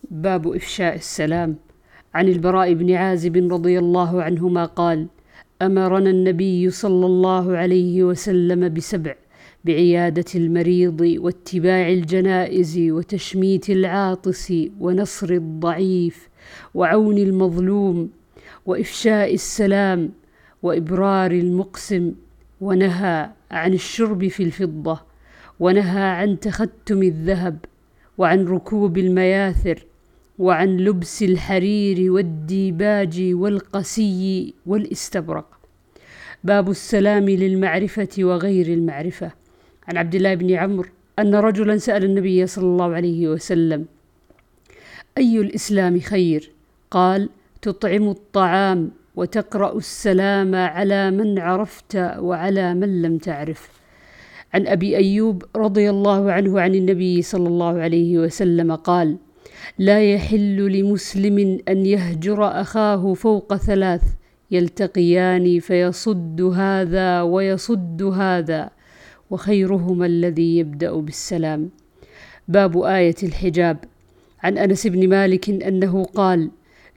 باب إفشاء السلام. عن البراء بن عازب رضي الله عنهما قال: أمرنا النبي صلى الله عليه وسلم بسبع: بعيادة المريض، واتباع الجنائز، وتشميت العاطس، ونصر الضعيف، وعون المظلوم، وإفشاء السلام، وإبرار المقسم. ونهى عن الشرب في الفضة، ونهى عن تختم الذهب، وعن ركوب المياثر، وعن لبس الحرير والديباج والقسي والاستبرق. باب السلام للمعرفة وغير المعرفة. عن عبد الله بن عمرو أن رجلا سأل النبي صلى الله عليه وسلم: أي الإسلام خير؟ قال: تطعم الطعام، وتقرأ السلام على من عرفت وعلى من لم تعرف. عن أبي أيوب رضي الله عنه عن النبي صلى الله عليه وسلم قال: لا يحل لمسلم أن يهجر أخاه فوق ثلاث: يلتقيان فيصد هذا ويصد هذا، وخيرهما الذي يبدأ بالسلام. باب آية الحجاب. عن أنس بن مالك أنه قال: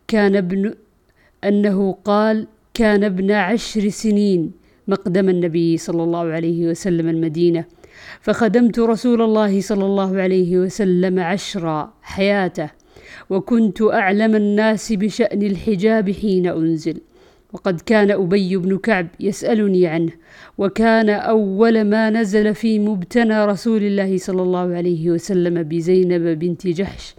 كان ابن 10 سنين مقدم النبي صلى الله عليه وسلم المدينة، فخدمت رسول الله صلى الله عليه وسلم 10 حياته، وكنت أعلم الناس بشأن الحجاب حين أنزل. وقد كان أبي بن كعب يسألني عنه، وكان أول ما نزل في مبتنى رسول الله صلى الله عليه وسلم بزينب بنت جحش.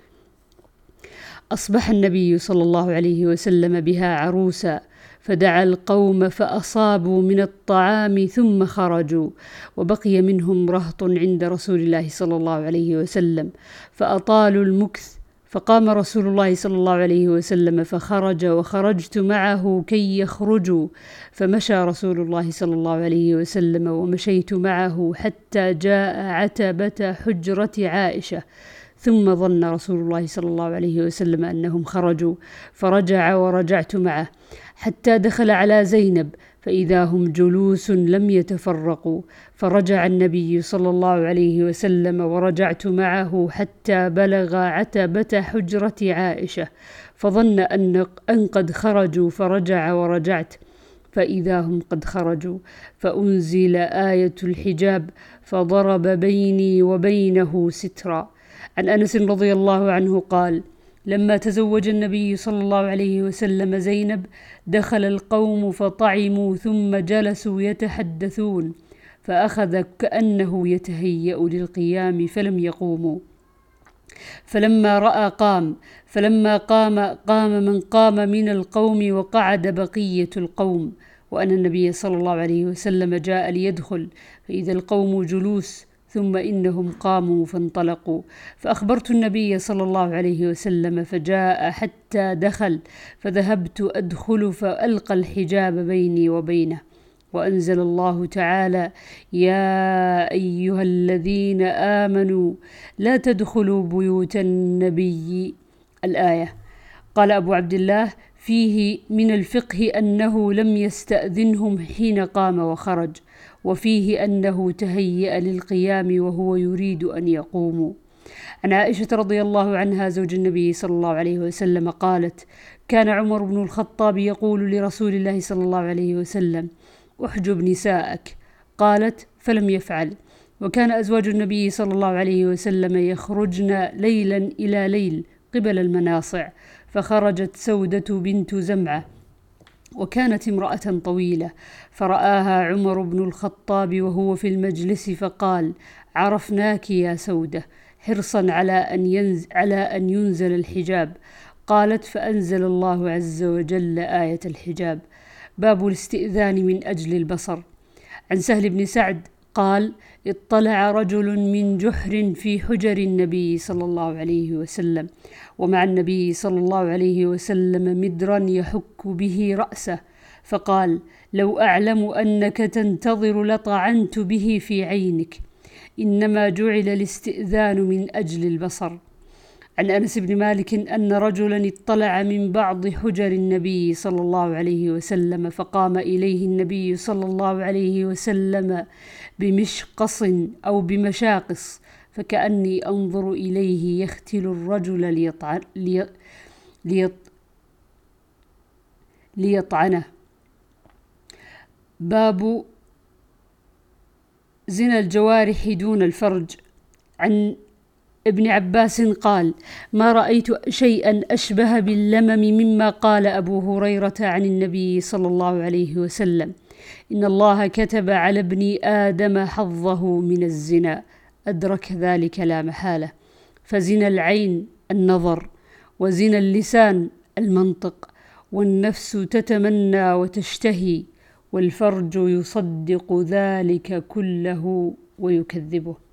أصبح النبي صلى الله عليه وسلم بها عروسا، فدعا القوم فأصابوا من الطعام ثم خرجوا، وبقي منهم رهط عند رسول الله صلى الله عليه وسلم فأطالوا المكث، فقام رسول الله صلى الله عليه وسلم فخرج، وخرجت معه كي يخرجوا، فمشى رسول الله صلى الله عليه وسلم ومشيت معه حتى جاء عتبة حجرة عائشة، ثم ظن رسول الله صلى الله عليه وسلم أنهم خرجوا، فرجع ورجعت معه حتى دخل على زينب، فإذا هم جلوس لم يتفرقوا، فرجع النبي صلى الله عليه وسلم ورجعت معه حتى بلغ عتبة حجرة عائشة، فظن أن قد خرجوا، فرجع ورجعت فإذا هم قد خرجوا، فأنزل آية الحجاب، فضرب بيني وبينه سترا. عن أنس رضي الله عنه قال: لما تزوج النبي صلى الله عليه وسلم زينب، دخل القوم فطعموا، ثم جلسوا يتحدثون، فأخذ كأنه يتهيأ للقيام فلم يقوموا، فلما رأى قام، فلما قام من قام من القوم، وقعد بقية القوم، وأن النبي صلى الله عليه وسلم جاء ليدخل، فإذا القوم جلوس، ثم إنهم قاموا فانطلقوا، فأخبرت النبي صلى الله عليه وسلم، فجاء حتى دخل، فذهبت أدخل، فألقى الحجاب بيني وبينه، وأنزل الله تعالى: يا أيها الذين آمنوا لا تدخلوا بيوت النبي، الآية. قال أبو عبد الله: فيه من الفقه أنه لم يستأذنهم حين قام وخرج، وفيه أنه تهيأ للقيام وهو يريد أن يقوموا. عن عائشة رضي الله عنها زوج النبي صلى الله عليه وسلم قالت: كان عمر بن الخطاب يقول لرسول الله صلى الله عليه وسلم: احجب نساءك. قالت: فلم يفعل. وكان أزواج النبي صلى الله عليه وسلم يخرجن ليلا إلى ليل قبل المناصع، فخرجت سودة بنت زمعة، وكانت امرأة طويلة، فرآها عمر بن الخطاب وهو في المجلس، فقال: عرفناك يا سودة، حرصا على أن ينزل الحجاب. قالت: فأنزل الله عز وجل آية الحجاب. باب الاستئذان من أجل البصر. عن سهل بن سعد قال: اطلع رجل من جحر في حجر النبي صلى الله عليه وسلم، ومع النبي صلى الله عليه وسلم مدرا يحك به رأسه، فقال: لو أعلم أنك تنتظر لطعنت به في عينك، إنما جعل الاستئذان من أجل البصر. عن أنس بن مالك أن رجلا اطلع من بعض حجر النبي صلى الله عليه وسلم، فقام إليه النبي صلى الله عليه وسلم بمشقص أو بمشاقص، فكأني أنظر إليه يختل الرجل ليطعنه. باب زنا الجوارح دون الفرج. عن ابن عباس قال: ما رأيت شيئا أشبه باللمم مما قال أبو هريرة عن النبي صلى الله عليه وسلم: إن الله كتب على ابن آدم حظه من الزنا، أدرك ذلك لا محالة. فزنا العين النظر، وزنا اللسان المنطق، والنفس تتمنى وتشتهي، والفرج يصدق ذلك كله ويكذبه.